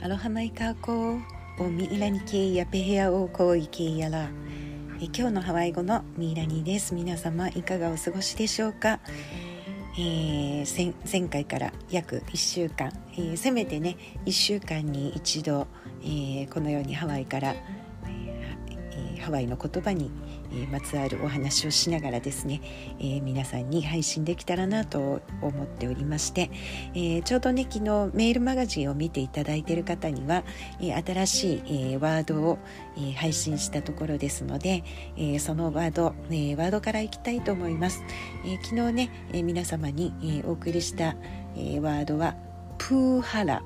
Aloha mai kako o miila ni keia pehea o ko i keiaら。今日のハワイ語のミイラニです。皆様いかがお過ごしでしょうか。前回から約1週間、せめてね1週間に一度、このようにハワイから、ハワイの言葉にまつわるお話をしながらですね、皆さんに配信できたらなと思っておりまして、ちょうどね昨日メールマガジンを見ていただいている方には、新しい、ワードを、配信したところですので、そのワードからいきたいと思います。昨日ね、皆様に、お送りした、ワードはプーハラ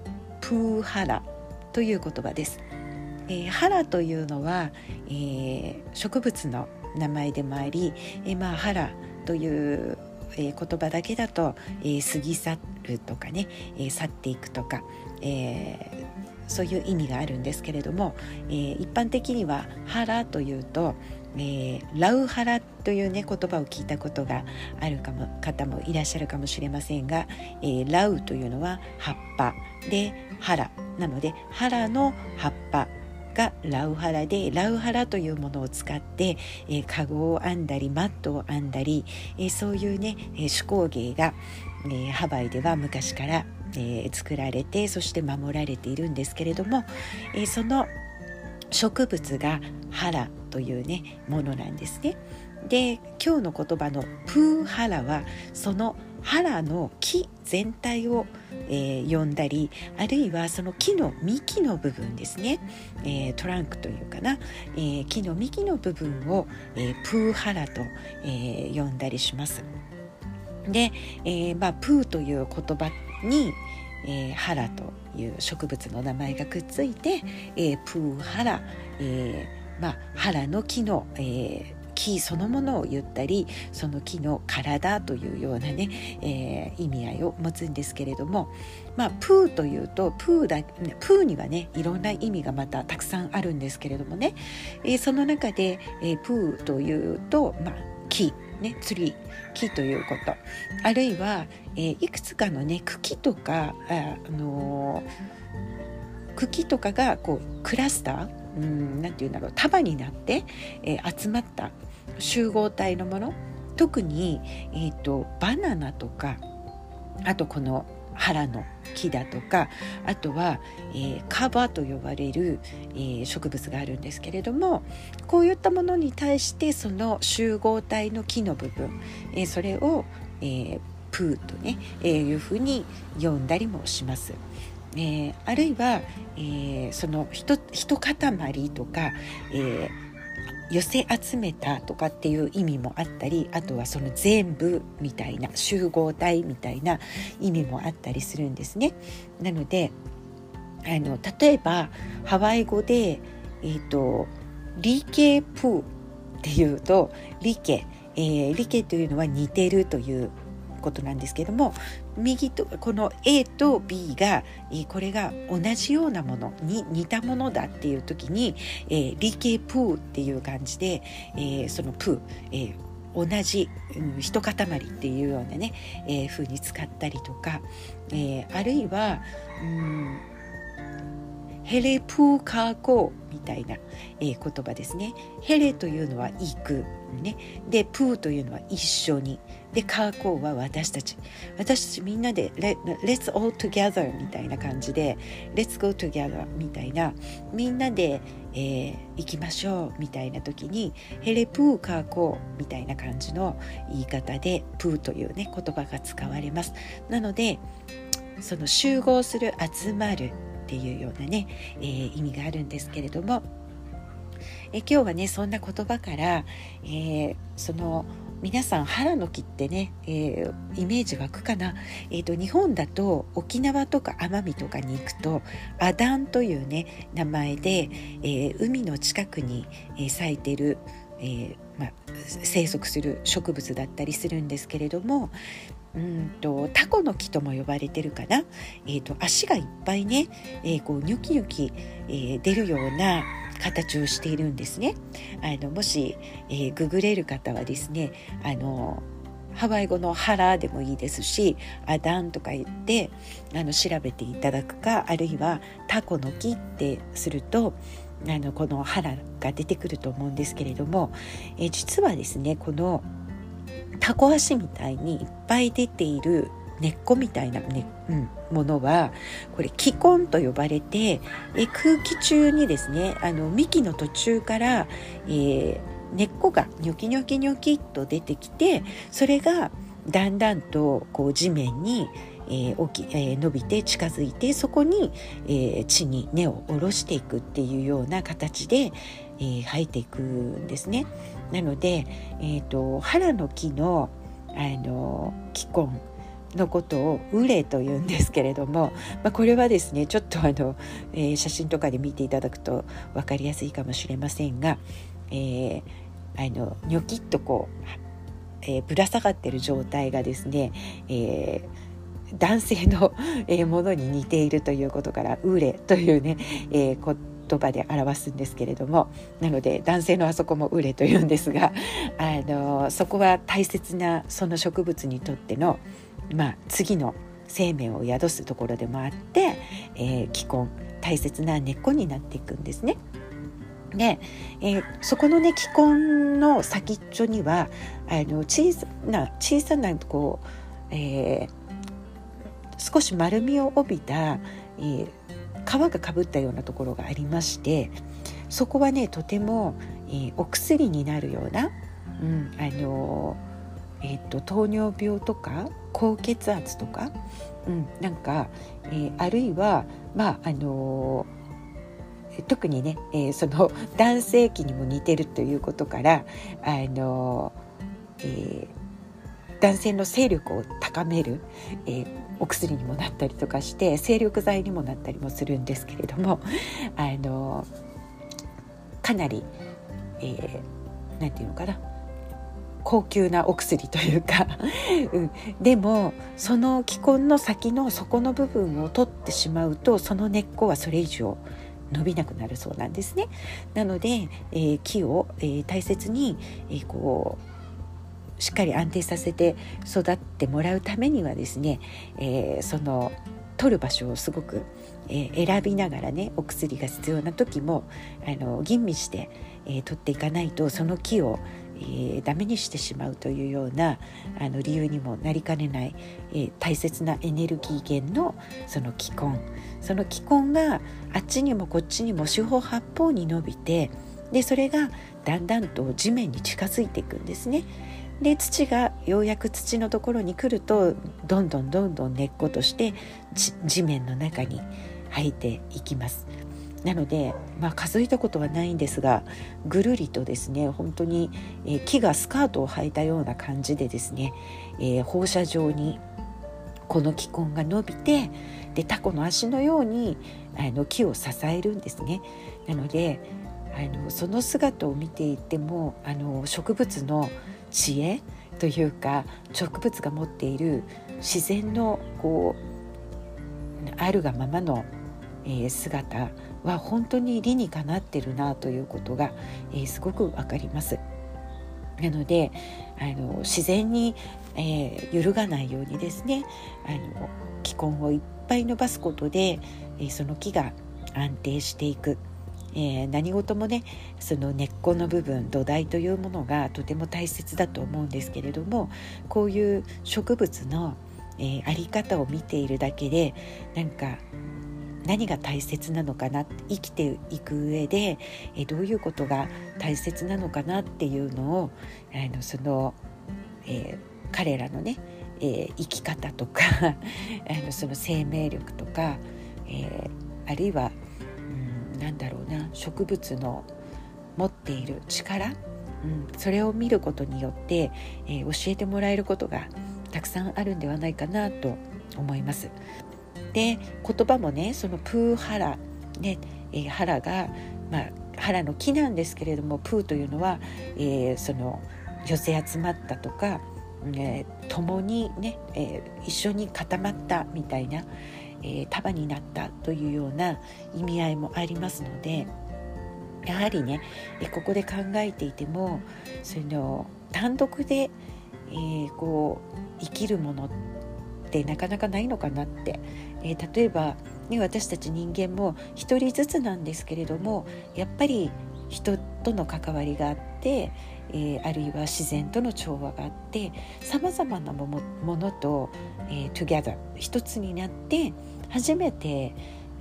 という言葉です。ハラというのは、植物の名前でもあり、ハラという、言葉だけだと、過ぎ去るとかね、去っていくとか、そういう意味があるんですけれども、一般的にはハラというと、ラウハラというね言葉を聞いたことがある方もいらっしゃるかもしれませんが、ラウというのは葉っぱでハラなので、ハラの葉っぱがラウハラで、ラウハラというものを使って、カゴを編んだりマットを編んだり、そういうね、手工芸が、ハワイでは昔から、作られて、そして守られているんですけれども、その植物がハラというねものなんですね。で、今日の言葉のプーハラはそのハラの木全体を、呼んだり、あるいはその木の幹の部分ですね、トランクというかな、木の幹の部分を、プーハラと、呼んだりします。で、プーという言葉に、ハラという植物の名前がくっついて、プーハラ、ハラの木の、木そのものを言ったり、その木の体というようなね、意味合いを持つんですけれども、プーというとプーにはねいろんな意味がまたたくさんあるんですけれどもね、その中で、プーというと、木ね、ツリー木ということ、あるいは、いくつかのね茎とかがこうクラスター、なんていうんだろう、束になって、集まった集合体のもの、特に、バナナとか、あとこのハラの木だとか、あとは、カバと呼ばれる、植物があるんですけれども、こういったものに対してその集合体の木の部分、それを、プーとね、いうふうに呼んだりもします。あるいは、その一塊とか、寄せ集めたとかっていう意味もあったり、あとはその全部みたいな、集合体みたいな意味もあったりするんですね。なので例えばハワイ語で、リケプーっていうと、リケというのは似てるということなんですけども、右とこの A と B が、これが同じようなものに似たものだっていう時に、リケプーっていう感じで、そのプー、同じ、一塊っていうようなね、風に使ったりとか、あるいはヘレプーカーコーみたいな、言葉ですね。ヘレというのは行く、ね、でプーというのは一緒に、でカーコーは私たちみんなで Let's all together みたいな感じで Let's go together みたいな、みんなで、行きましょうみたいな時にヘレプーカーコーみたいな感じの言い方でプーというね言葉が使われます。なのでその集合する、集まるっていうようなね、意味があるんですけれども、今日はねそんな言葉から、その皆さんハラの木ってね、イメージ湧くかな。日本だと沖縄とか奄美とかに行くとアダンというね名前で、海の近くに、咲いてる、生息する植物だったりするんですけれども、タコの木とも呼ばれてるかな。足がいっぱいね、こうニョキニョキ、出るような形をしているんですね。もし、ググれる方はですね、 ハワイ語のハラでもいいですし、アダンとか言って調べていただくか、あるいはタコの木ってするとこのハラが出てくると思うんですけれども、実はですね、このタコ足みたいにいっぱい出ている根っこみたいな、ものはこれ気根と呼ばれて、空気中にですね幹の途中から、根っこがニョキニョキニョキっと出てきて、それがだんだんとこう地面に、伸びて近づいて、そこに、地に根を下ろしていくっていうような形で、生えていくんですね。なので、ハラの木の、気根のことをウレというんですけれども、これはですねちょっと写真とかで見ていただくと分かりやすいかもしれませんが、ニョキッとこう、ぶら下がっている状態がですね、男性のものに似ているということからウレというね、言葉で表すんですけれども、なので男性のあそこもウレというんですが、そこは大切なその植物にとっての、次の生命を宿すところでもあって、気根、大切な根っこになっていくんですね。で、そこのね気根の先っちょには小さなこう、少し丸みを帯びた、皮がかぶったようなところがありまして、そこはねとても、お薬になるような、糖尿病とか高血圧とか、なんか、あるいは特にね、その男性器にも似てるということから男性の精力を高める、お薬にもなったりとかして精力剤にもなったりもするんですけれども、かなり、なんていうのかな、高級なお薬というか、でもその気根の先の底の部分を取ってしまうと、その根っこはそれ以上伸びなくなるそうなんですね。なので、木を、大切に、こうしっかり安定させて育ってもらうためにはですね、その取る場所をすごく、選びながらね、お薬が必要な時も吟味して、取っていかないとその木を、ダメにしてしまうというような理由にもなりかねない、大切なエネルギー源のその気根、その気根があっちにもこっちにも四方八方に伸びて、でそれがだんだんと地面に近づいていくんですね。で土がようやく土のところに来ると、どんどん根っことして地面の中に生えていきます。なので、数えたことはないんですが、ぐるりとですね、本当に、木がスカートを履いたような感じでですね、放射状にこの気根が伸びて、でタコの足のように木を支えるんですね。なのでその姿を見ていても植物の知恵というか、植物が持っている自然のこうあるがままの、姿は本当に理にかなってるなということが、すごくわかります。なので自然に、揺るがないようにですね、気根をいっぱい伸ばすことで、その木が安定していく。何事もね、その根っこの部分、土台というものがとても大切だと思うんですけれども、こういう植物の、あり方を見ているだけで、なんか何が大切なのかな、生きていく上で、どういうことが大切なのかなっていうのをその、彼らのね、生き方とかその生命力とか、あるいはなんだろうな、植物の持っている力、それを見ることによって、教えてもらえることがたくさんあるんではないかなと思います。で、言葉もね、そのプーハラ、ね、ハラが、ハラの木なんですけれども、プーというのは、その寄せ集まったとか、共にね、一緒に固まったみたいな、束になったというような意味合いもありますので、やはりね、ここで考えていても、その単独で、 こう生きるものってなかなかないのかなって、例えば、私たち人間も一人ずつなんですけれども、やっぱり人との関わりがあって、あるいは自然との調和があって、さまざまなものと、together 一つになって初めて、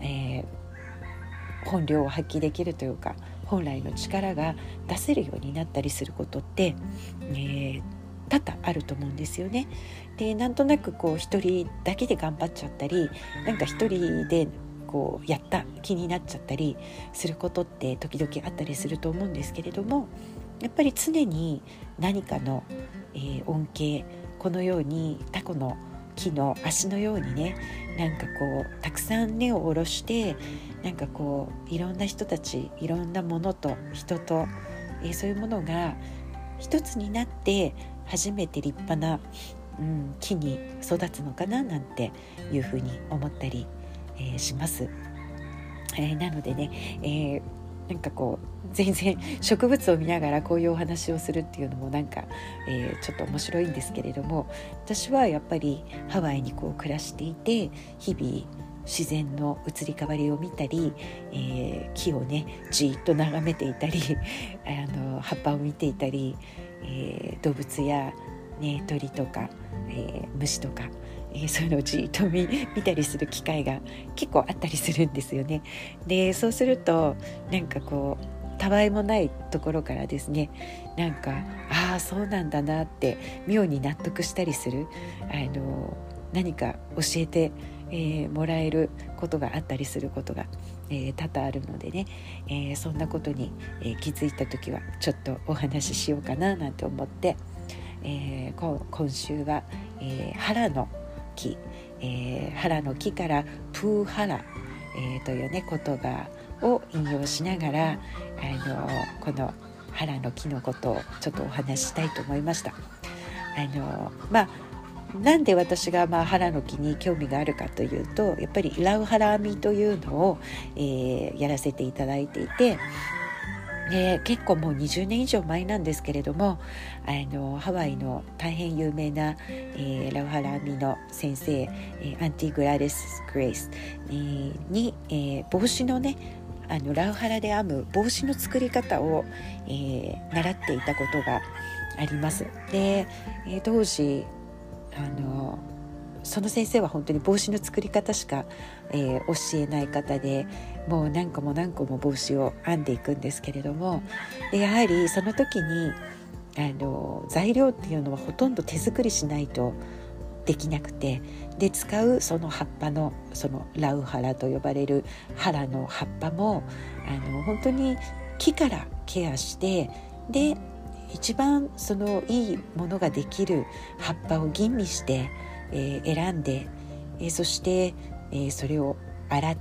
本領を発揮できるというか、本来の力が出せるようになったりすることって、多々あると思うんですよね。で、なんとなくこう一人だけで頑張っちゃったり、なんか一人でこうやった気になっちゃったりすることって時々あったりすると思うんですけれども、やっぱり常に何かの、恩恵、このようにタコの木の足のようにね、なんかこうたくさん根を下ろして、なんかこういろんな人たち、いろんなものと人と、そういうものが一つになって初めて立派な、木に育つのかななんていうふうに思ったり、します。なのでね、なんかこう全然植物を見ながらこういうお話をするっていうのもなんか、ちょっと面白いんですけれども、私はやっぱりハワイにこう暮らしていて、日々自然の移り変わりを見たり、木をねじーっと眺めていたり葉っぱを見ていたり、動物や、鳥とか、虫とか、そういうのをじっと 見たりする機会が結構あったりするんですよね。で、そうするとなんかこうたわいもないところからですね、なんかそうなんだなって妙に納得したりする、何か教えて、もらえることがあったりすることが、多々あるのでね、そんなことに、気づいた時はちょっとお話ししようかななんて思って、今週は、原の木、原の木からプーハラ、というね言葉を引用しながら、この原の木のことをちょっとお話ししたいと思いました。なんで私が原の木に興味があるかというと、やっぱりラウハラ編みというのを、やらせていただいていて、結構もう20年以上前なんですけれども、ハワイの大変有名な、ラウハラ編みの先生、アンティ・グラディス・グレイス、に、帽子のねラウハラで編む帽子の作り方を、習っていたことがあります。で、当時その先生は本当に帽子の作り方しか、教えない方で、もう何個も何個も帽子を編んでいくんですけれども、でやはりその時に材料っていうのはほとんど手作りしないとできなくて、で使うその葉っぱのそのラウハラと呼ばれる原の葉っぱも本当に木からケアして、で一番そのいいものができる葉っぱを吟味して、選んで、そして、それを洗って、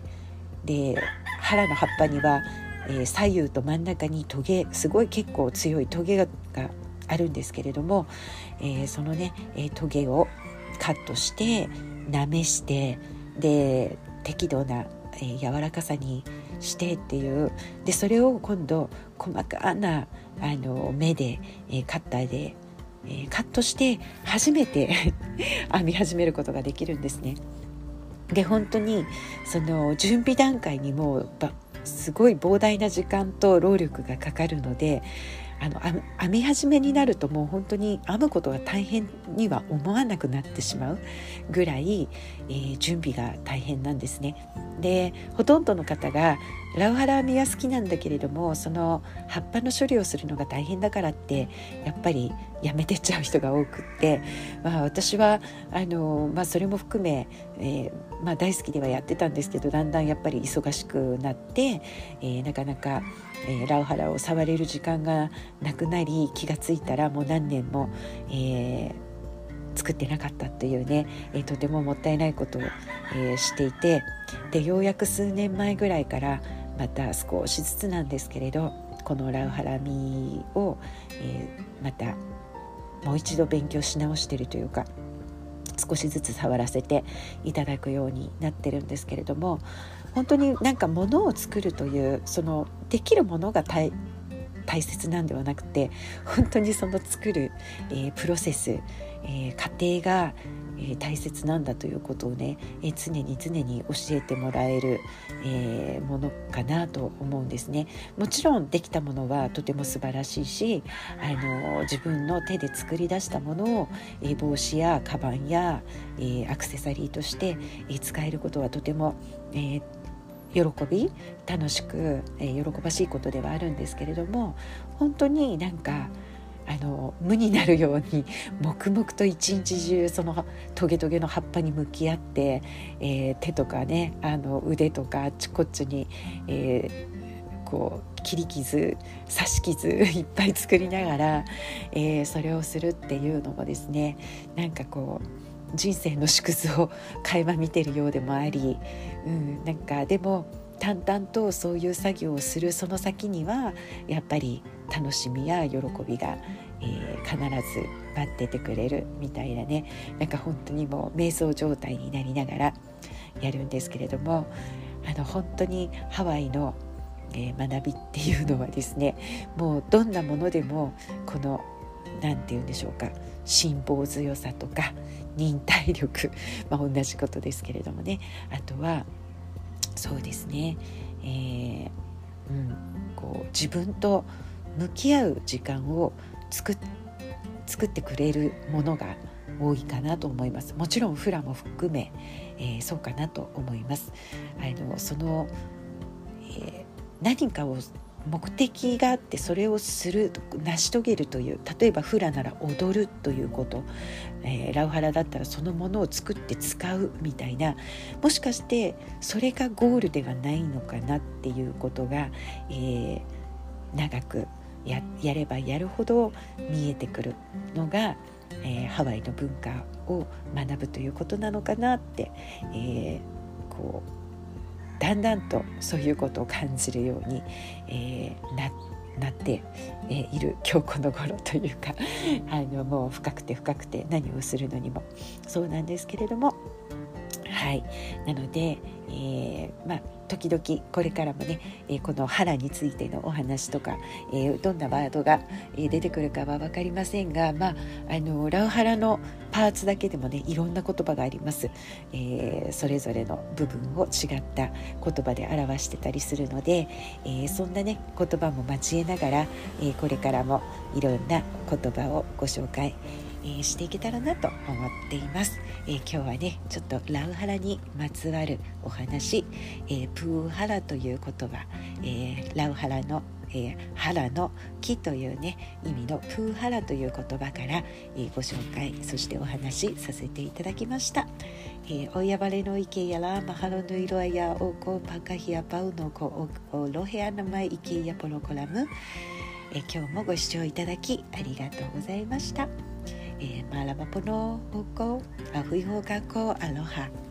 で原の葉っぱには、左右と真ん中にトゲ、すごい結構強いトゲがあるんですけれども、そのね、トゲをカットしてなめして、で適度な、柔らかさにしてっていう、でそれを今度細かな目で、カッターで、カットして初めて編み始めることができるんですね。で本当にその準備段階にもすごい膨大な時間と労力がかかるので、編み始めになるともう本当に編むことが大変には思わなくなってしまうぐらい、準備が大変なんですね。でほとんどの方がラウハラ編みは好きなんだけれども、その葉っぱの処理をするのが大変だからってやっぱりやめてっちゃう人が多くって、私はそれも含め、大好きではやってたんですけど、だんだんやっぱり忙しくなって、なかなか、ラウハラを触れる時間がなくなり、気がついたらもう何年も、作ってなかったというね、とてももったいないことを、していて、でようやく数年前ぐらいからまた少しずつなんですけれど、このラウハラ編みを、またもう一度勉強し直しているというか、少しずつ触らせていただくようになってるんですけれども、本当になんか物を作るというそのできるものが大大切なんではなくて、本当にその作る、プロセス、過程が、大切なんだということをね、常に教えてもらえる、ものかなと思うんですね。もちろんできたものはとても素晴らしいし、自分の手で作り出したものを、帽子やカバンや、アクセサリーとして、使えることはとても、楽しく、喜ばしいことではあるんですけれども、本当になんか無になるように黙々と一日中そのトゲトゲの葉っぱに向き合って、手とかね腕とかあっちこっちに、こう切り傷刺し傷いっぱい作りながら、それをするっていうのもですね、なんかこう人生の縮図を垣間見てるようでもあり、なんかでも淡々とそういう作業をするその先にはやっぱり楽しみや喜びが、必ず待っててくれるみたいなね、なんか本当にもう瞑想状態になりながらやるんですけれども、本当にハワイの、学びっていうのはですね、もうどんなものでもこのなんて言うんでしょうか、辛抱強さとか忍耐力、同じことですけれどもね、あとはそうですね、こう自分と向き合う時間を作ってくれるものが多いかなと思います。もちろんフラも含め、そうかなと思います。その、何かを目的があってそれをする成し遂げるという、例えばフラなら踊るということ、ラウハラだったらそのものを作って使うみたいな、もしかしてそれがゴールではないのかなっていうことが、長く やればやるほど見えてくるのが、ハワイの文化を学ぶということなのかなって、こうだんだんとそういうことを感じるように、なっている今日この頃というかもう深くて何をするのにもそうなんですけれども、はい、なので、時々これからもね、この腹についてのお話とか、どんなワードが出てくるかは分かりませんが、ラウハラのパーツだけでもねいろんな言葉があります。それぞれの部分を違った言葉で表してたりするので、そんなね言葉も交えながら、これからもいろんな言葉をご紹介していけたらなと思っています。今日はねちょっとラウハラにまつわるお話、プーハラという言葉、ラウハラのハラの木というね意味のプーハラという言葉から、ご紹介そしてお話しさせていただきました。おやばれの池やらマハロの色やおこパカヒアパウのこおロヘアの前池やポロコラム、今日もご視聴いただきありがとうございました。マラバポのホコアフイホガコアロハ